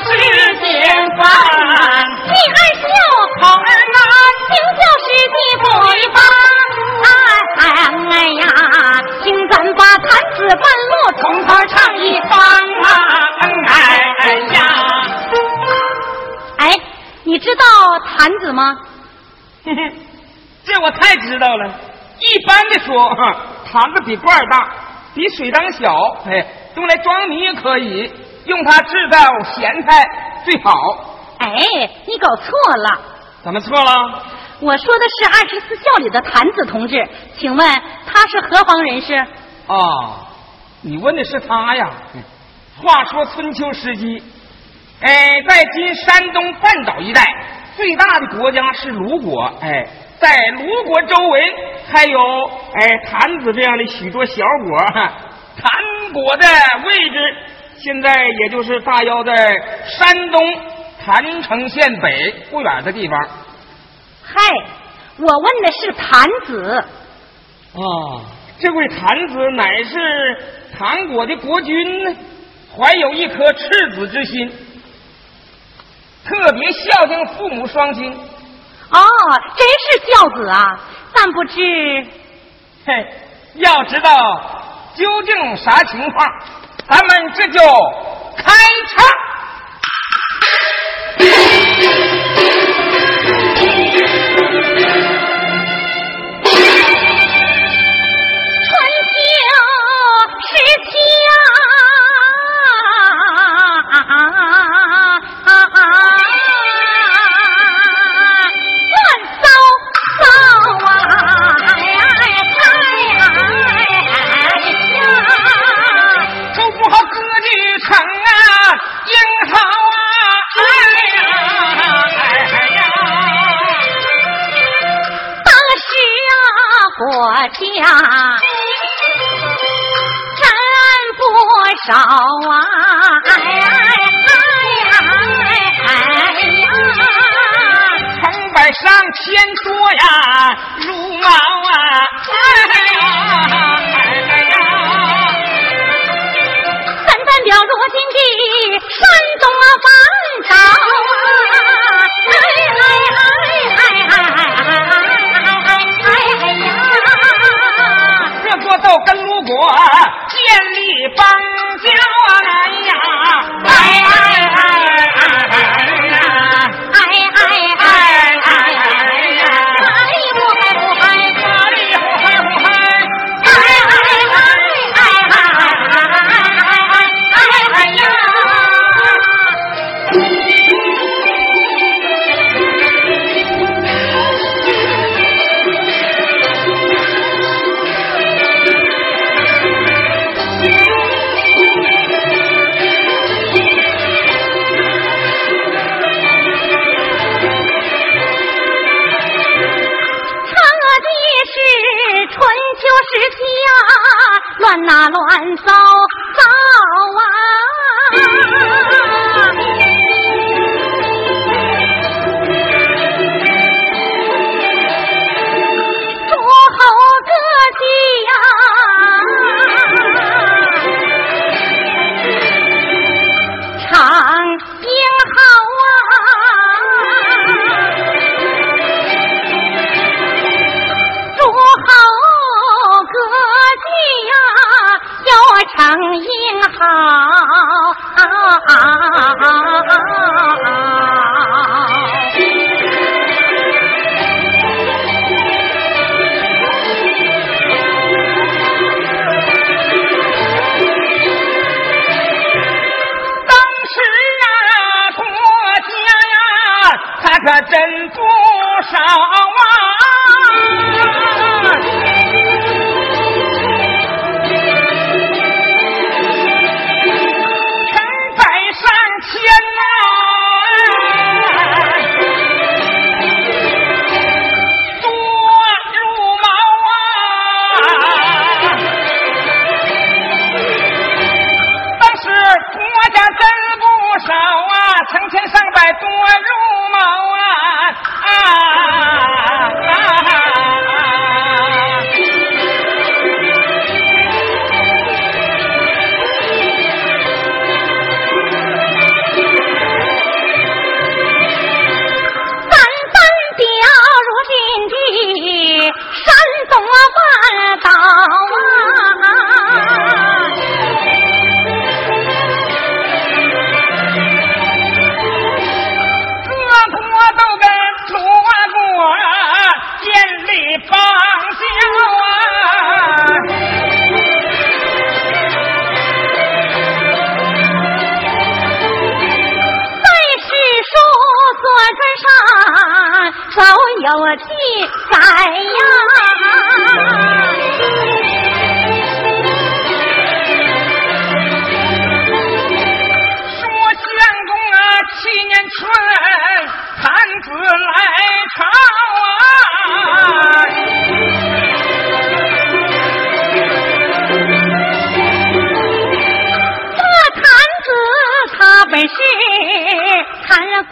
世间饭。 女儿孝， 好儿难， 请教师弟不发。哎呀，请咱把弹子半路从头唱一番啊！ 哎呀， 哎，你知道弹子吗？ 嘿嘿，这我太知道了。一般的说，坛子比罐大，比水缸小，用来装米也可以，用它制造咸菜最好。 哎，你搞错了。 怎么错了？ 我说的是24孝里的谭子同志，请问他是何方人士？ 哦，你问的是他呀。话说春秋时期，在今山东半岛一带，最大的国家是鲁国，在鲁国周围还有谭子这样的许多小国。谭国的位置现在也就是大约在山东郯城县北不远的地方。 嗨，我问的是谭子。 哦，这位谭子乃是谭国的国君，怀有一颗赤子之心，特别孝敬父母双亲。 哦，真是孝子啊！但不知， 要知道究竟啥情况，咱们这就开唱。 国家占不少啊！ 成百上千多呀，如毛啊！ 咱代表如今的山东啊，半岛都跟鲁国建立邦交啊！ 乱哪乱糟糟啊！诸侯各地呀，常英豪啊！诸侯各地呀，要成英豪。 可真不少啊！成百上千呐，多如毛啊！当时国家真不少啊，成千上百多如毛啊！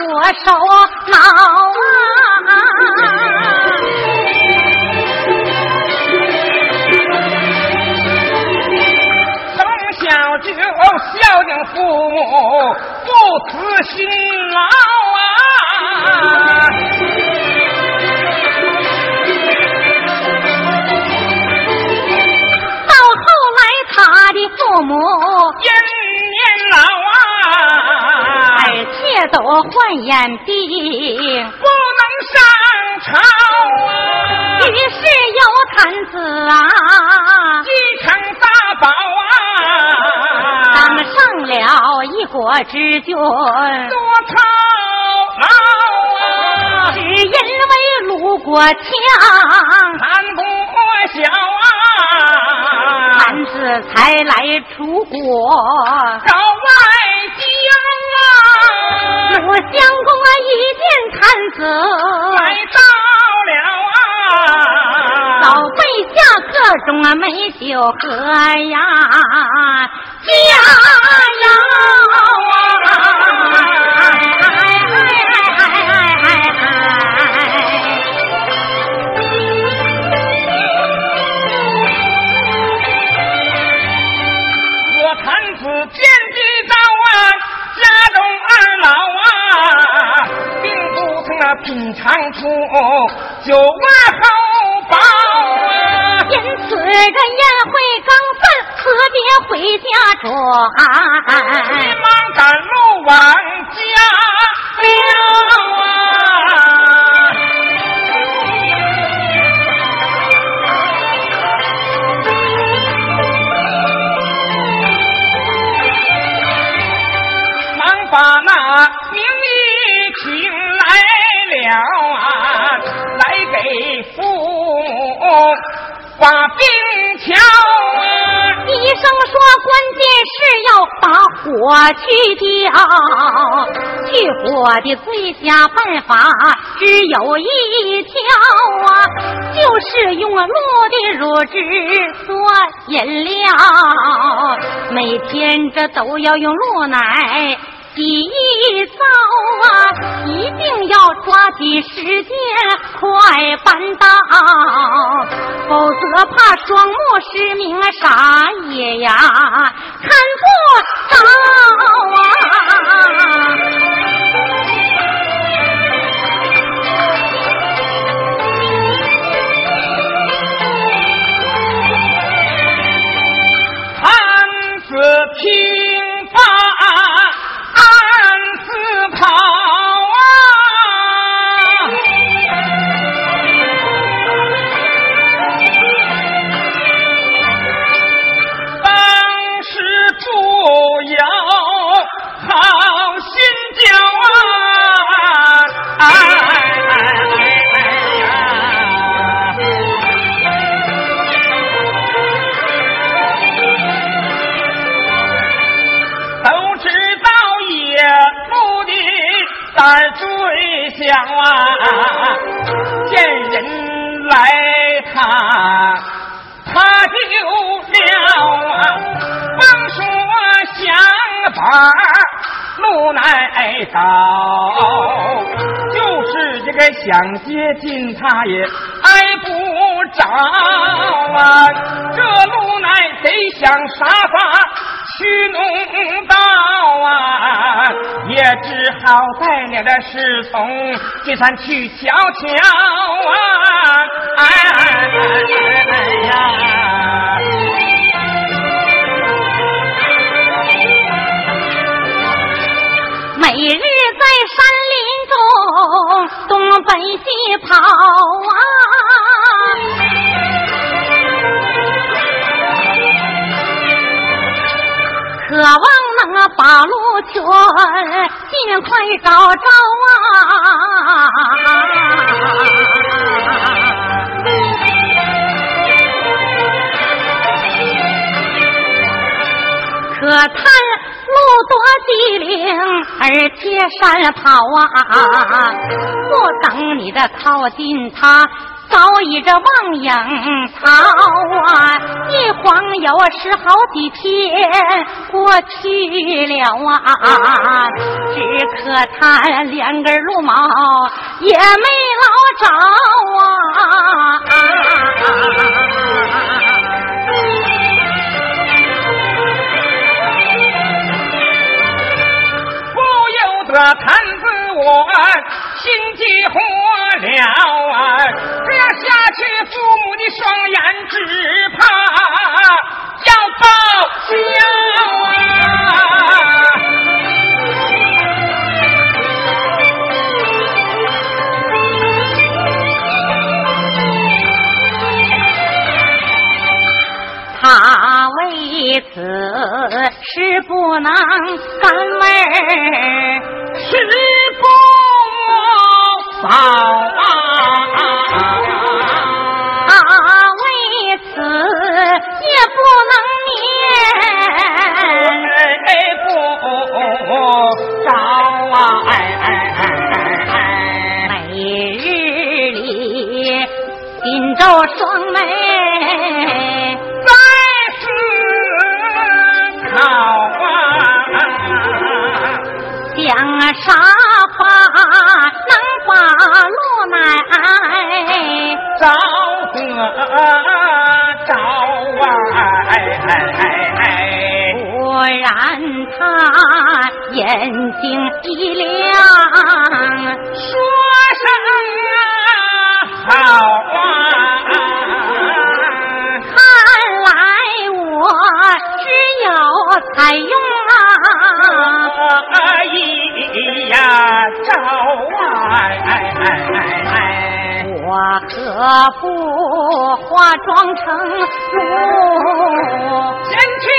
我手恼啊！ 从小就孝敬父母，不辞辛劳啊！ 到后来他的父母因年老啊， 而且都患眼病， 不能上朝啊， 于是有坛子啊， 继承大宝啊， 当上了一国之君， 多操劳啊， 只因为鲁国强， 看不小啊， 坛子才来出国， 找外交啊， 鲁襄公一见坛子， 来到了啊， 早备下各种美酒喝呀，佳肴我坛子见地到啊，家中二老啊，并不曾品尝出酒味好饱啊， 因此这宴会刚散，辞别回家转， 急忙赶路往家了啊。忙把那名医请来了啊，来给父母把病瞧啊。 医生说关键是要把火去掉，去火的最佳办法只有一条啊，就是用鹿的乳汁做饮料，每天这都要用鹿奶洗澡啊，一定要抓紧时间快办到，否则怕双目失明啥也呀看不着啊。 汉子听罢暗自跑啊，当时不有好心教啊，都知道野鹿的胆最小啊，见人来他就了啊，光说想法路难找，就是这个想接近他也挨不着啊，这路难得想啥法去弄到啊，也只好带领的侍从进山去瞧瞧啊，哎呀， 每日在山林中东奔西跑啊，渴望能把路全尽快找着啊。可叹路多机灵，而且山跑啊，不等你的靠近他，早已这望影逃啊！一晃有是好几天过去了啊，只可他两根鹿毛也没捞着啊。 不由得看子我心急火燎啊！这样下去，父母的双眼只怕要报销啊！ 他为此是不能干味儿， 是不扫啊！ 他为此也不能不扫啊！ 每日里紧皱双眉想啥法能把路来找忽然他眼睛一亮， 说声好看来我只有采用我何不化妆成鹿， 先去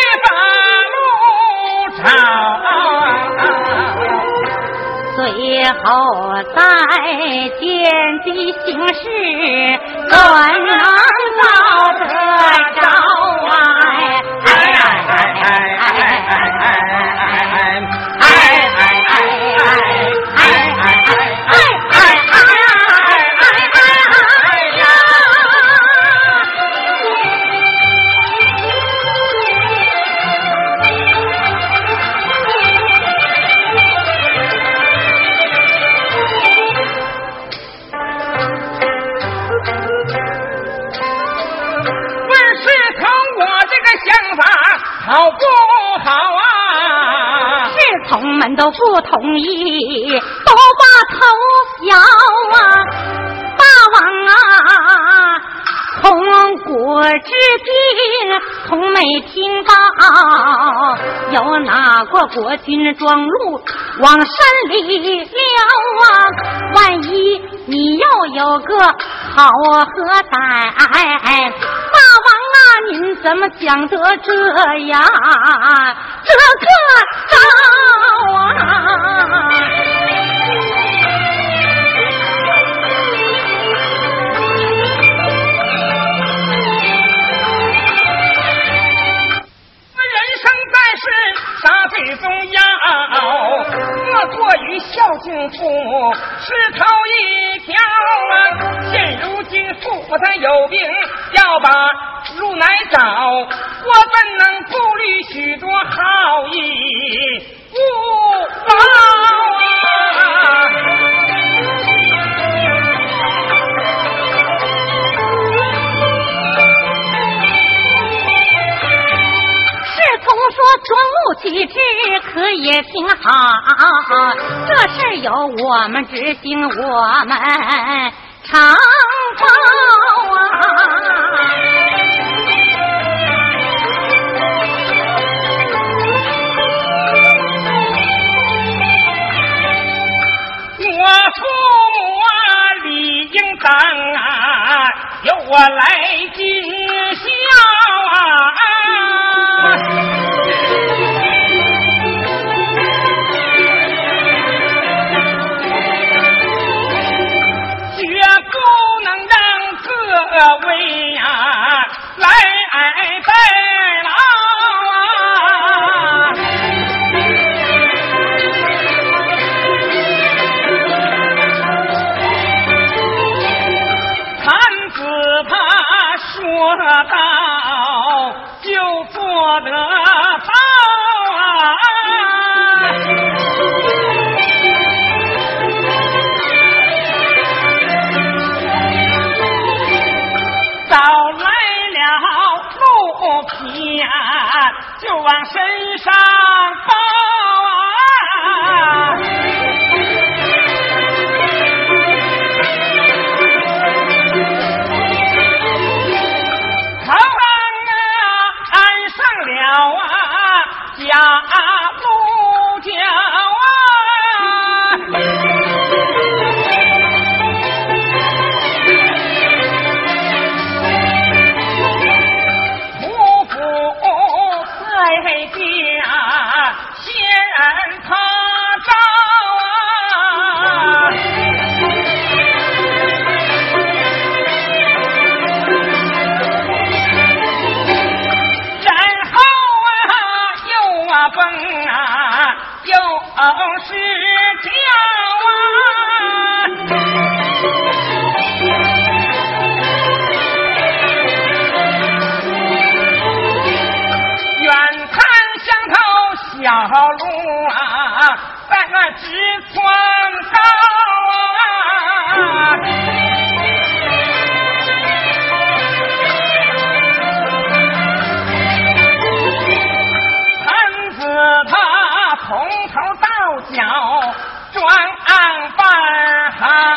把路找， 最后再见机行事，怎能找得着好不好啊？ 侍从们都不同意，都把头摇啊！大王啊，从古至今从没听到有哪个国君装鹿往山里撩啊！万一你又有个好和歹，大王啊，您怎么想得这样这个招啊？ 啥最重要？莫过于孝敬父母，是头一条啊！现如今父母他有病，要把路来找，我怎能顾虑许多好意不报啊？ 从说专务机制可也挺好，这事由我们执行，我们常报啊。 我父母啊，理应当啊，由我来尽孝啊。绝不能让得到找来了鹿皮就往身上抱家不教夫妇在家先他招风又是跳远看像头小鹿在那直窜高他从头到脚装扮好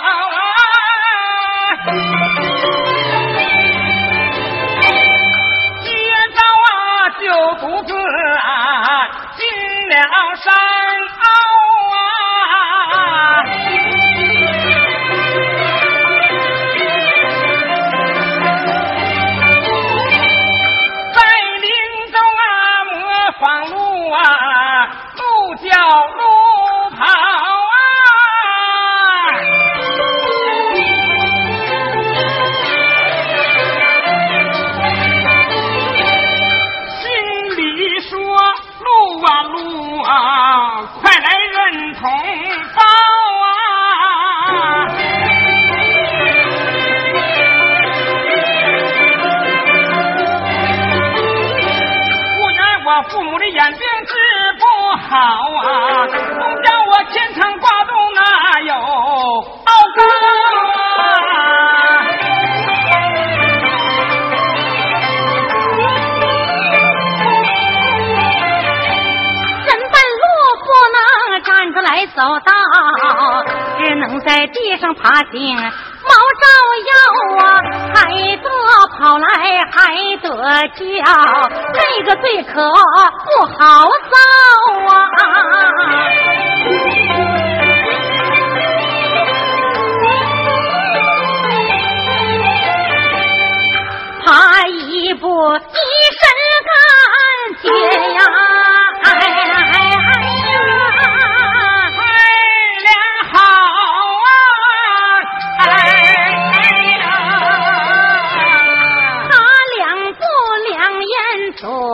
接着就独自进了山坳在林中模仿鹿鹿叫鹿跑心里说鹿快来认同胞我父母的眼病治不好总叫我天长挂肚哪有傲高怎办路不能站着来走道，只能在地上爬行毛招摇还得跑来还得叫，这个罪可不好遭爬一步一身干结呀左右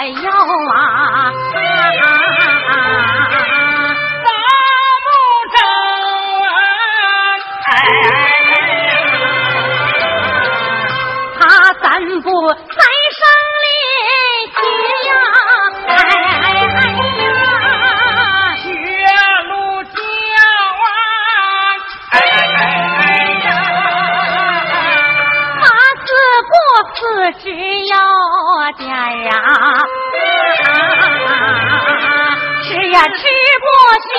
打不着他三步在上里去呀学路教他自不死只有点呀吃呀吃不消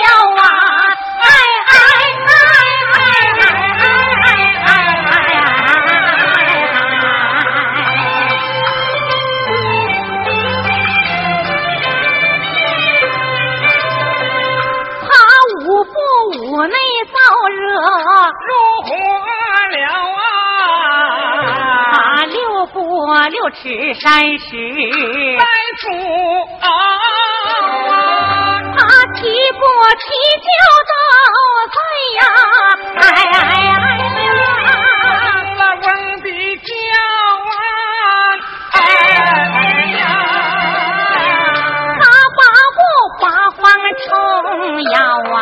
屋内燥热入火了他6步6尺山石在主他提步提脚到在呀那翁的叫他把步花黄冲腰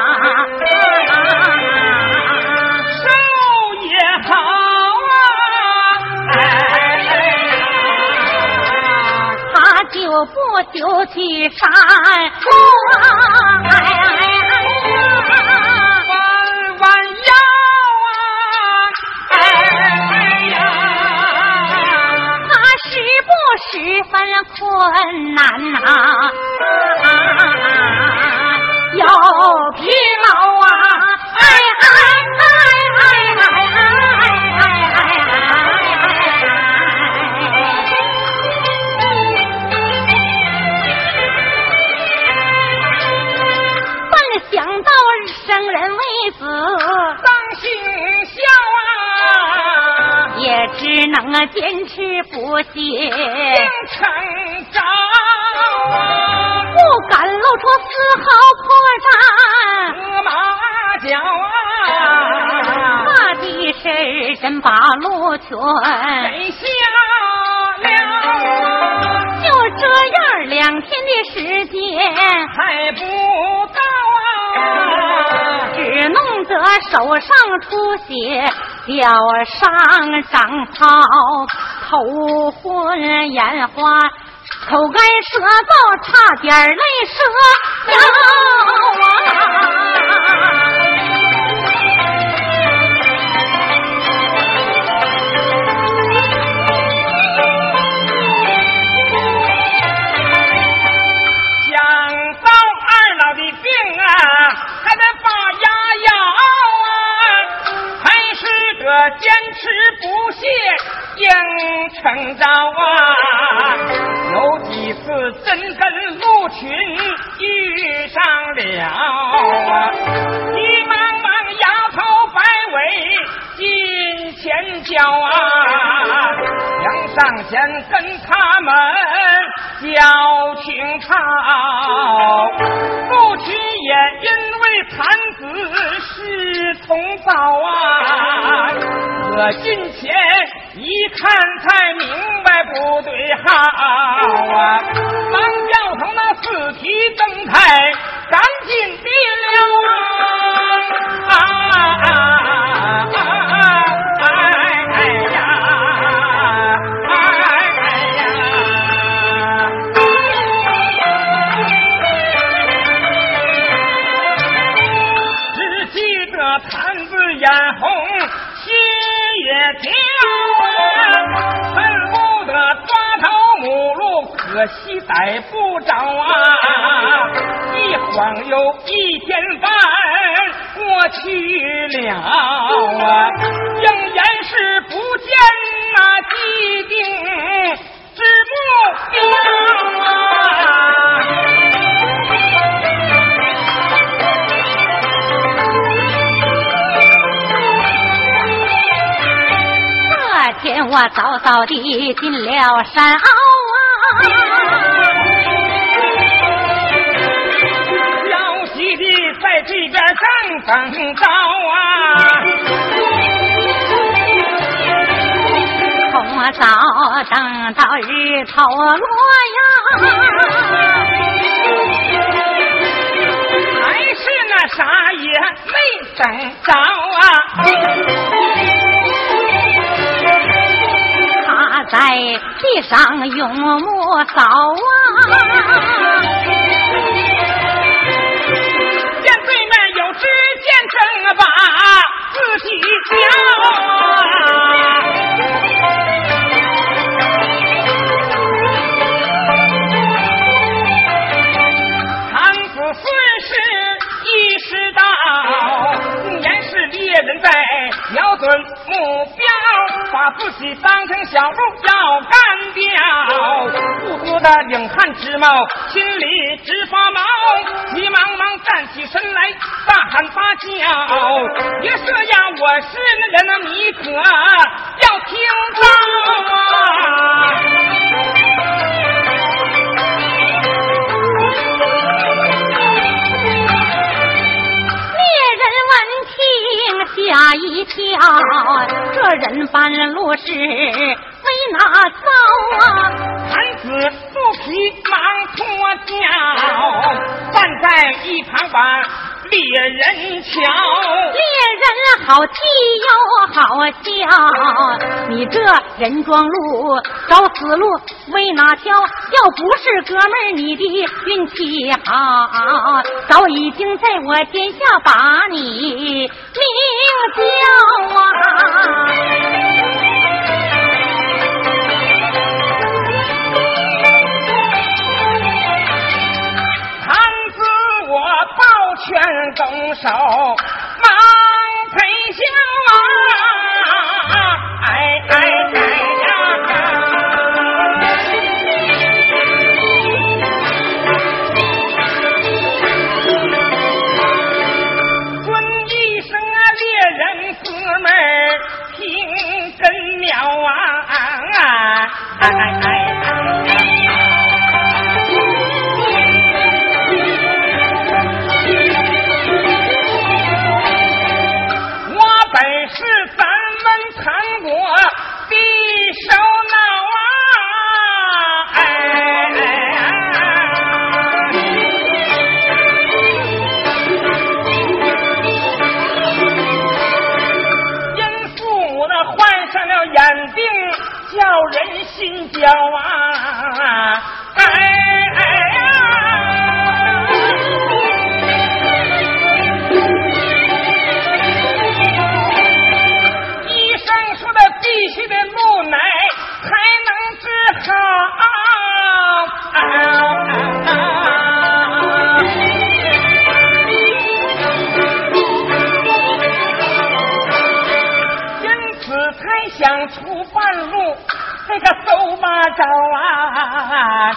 手也好他就不就去山路弯弯腰他是不十分困难呐？有疲劳啊！想到生人为子， 伤心笑啊， 也只能坚持不懈， 成长啊， 不敢露出丝毫破绽。 马脚啊， 怕的是真把路全给下了， 就这样2天的时间还不到啊， 只弄得手上出血，脚上长草，头昏眼花，口干舌燥，差点泪舌掉啊！ 坚持不懈应成招啊，有几次真跟鹿群遇上了啊，急忙忙摇头摆尾进前脚啊，想上前跟他们交情好，鹿群也因为产子是从早啊，可近前一看才明白不对好啊，忙叫头那四蹄蹬开，赶紧的了啊！坛子眼红心也跳啊，恨不得抓头母鹿，可惜逮不着啊，一晃又1天半过去了啊，仍然是不见那既定之目标啊。 天我早早地进了山坳啊， 消息的在这边正等着啊， 从早等到日头落呀， 还是那啥也没等着啊， 在地上用木扫啊， 见对面有支箭正把自己交长子孙氏意识到，竟然是猎人在瞄准目标，把自己当成小鹿要干掉，不多的冷汗直冒，心里直发毛，急忙忙站起身来，大喊大叫，别这样，我是那人啊，你可要听到啊！ 吓一跳，这人半路是为哪遭啊？ 男子肚皮忙脱脚，站在一旁把鞭猎人瞧， 猎人好气又好笑。你这人庄路找死路为哪条？要不是哥们儿你的运气好，早已经在我肩下把你命交啊！ 全动手，忙推销啊！哎哎哎呀！尊一声啊，猎人哥们儿听真妙啊！哎哎哎！是咱们韩国的首脑啊！因父母的患上了眼病，叫人心焦啊！必须得母奶才能治好，因此才想出半路这个走马招啊！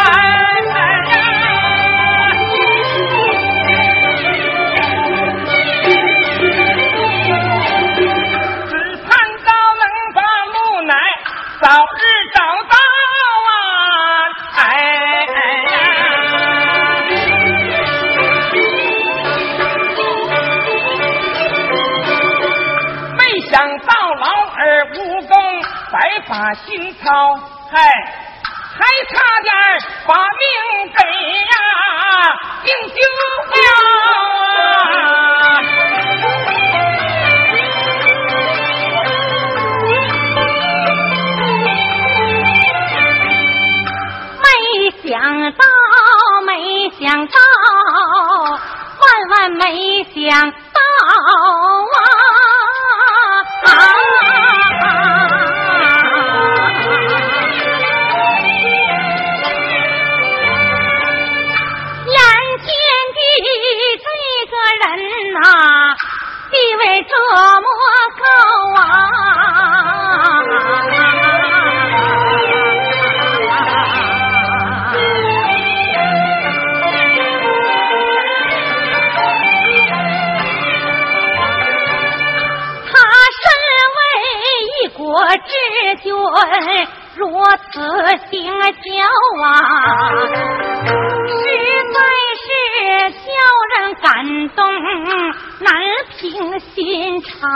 早日找到啊！没想到老儿武功百法新操，还差点把命给呀定丢掉啊！没想到，万万没想到啊！眼前的这个人呐，地位这么高啊！我知君如此行孝啊，实在是叫人感动，难平心肠。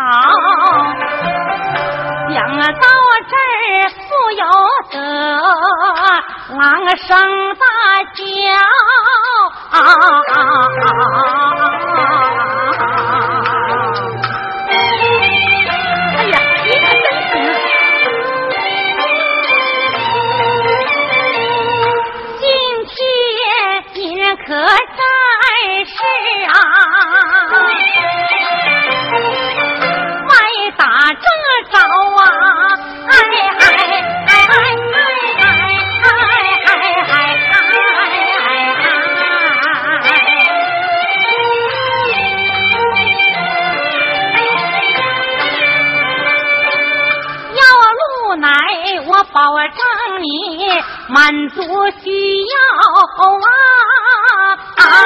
想到这儿不由得朗声大叫哎呀，你可真行！今天您可在世啊？外打这招啊！奶，我保证你满足需要啊！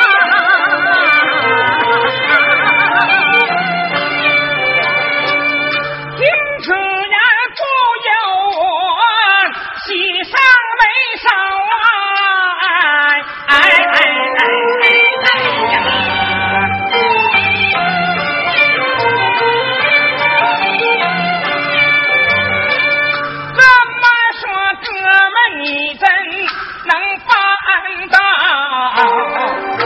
听此言不由我喜上眉梢啊！你真能办到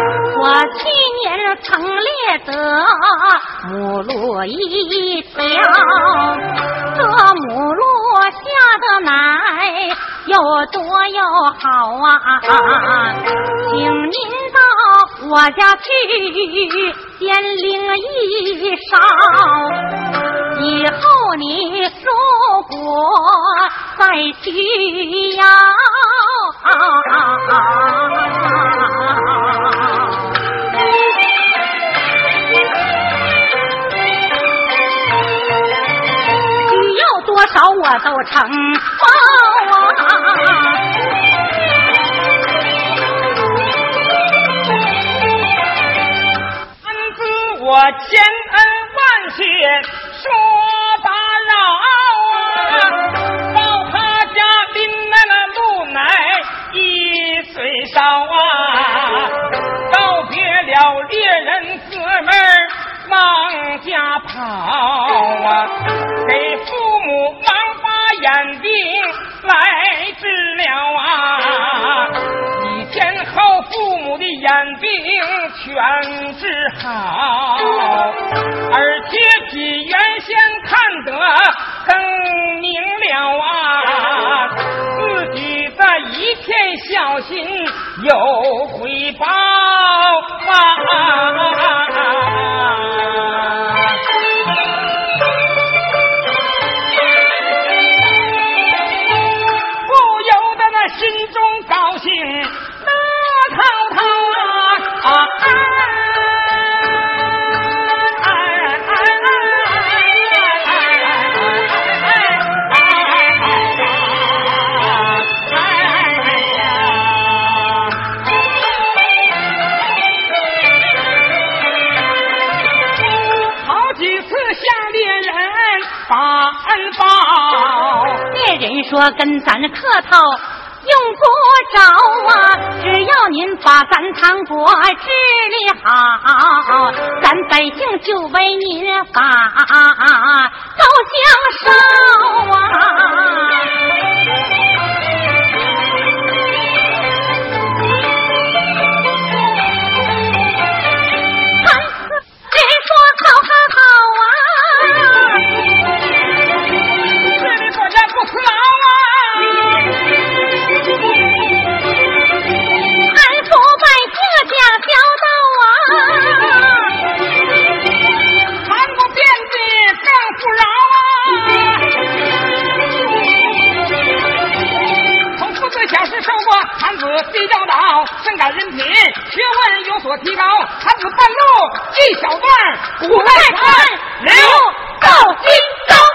得母鹿一条，这母鹿下的奶有多又好啊！请您到我家去先领一勺，以后你如果再需要需要多少我都承包啊！ 我千恩万谢说打扰啊，到他家拎来了鹿奶1岁少啊，告别了猎人姊妹往家跑啊，给父母忙把眼病来治了啊，1天后父母的眼病全治好，而且比原先看得更明了啊，自己的一片孝心有回报不由得那心中高兴乐滔滔把恩报， 猎人说跟咱客套用不着啊，只要您把咱唐国治理好，咱百姓就为您把高香烧啊。 地教导深感人品，学问有所提高，汉子半路一小段，古代传流到今朝。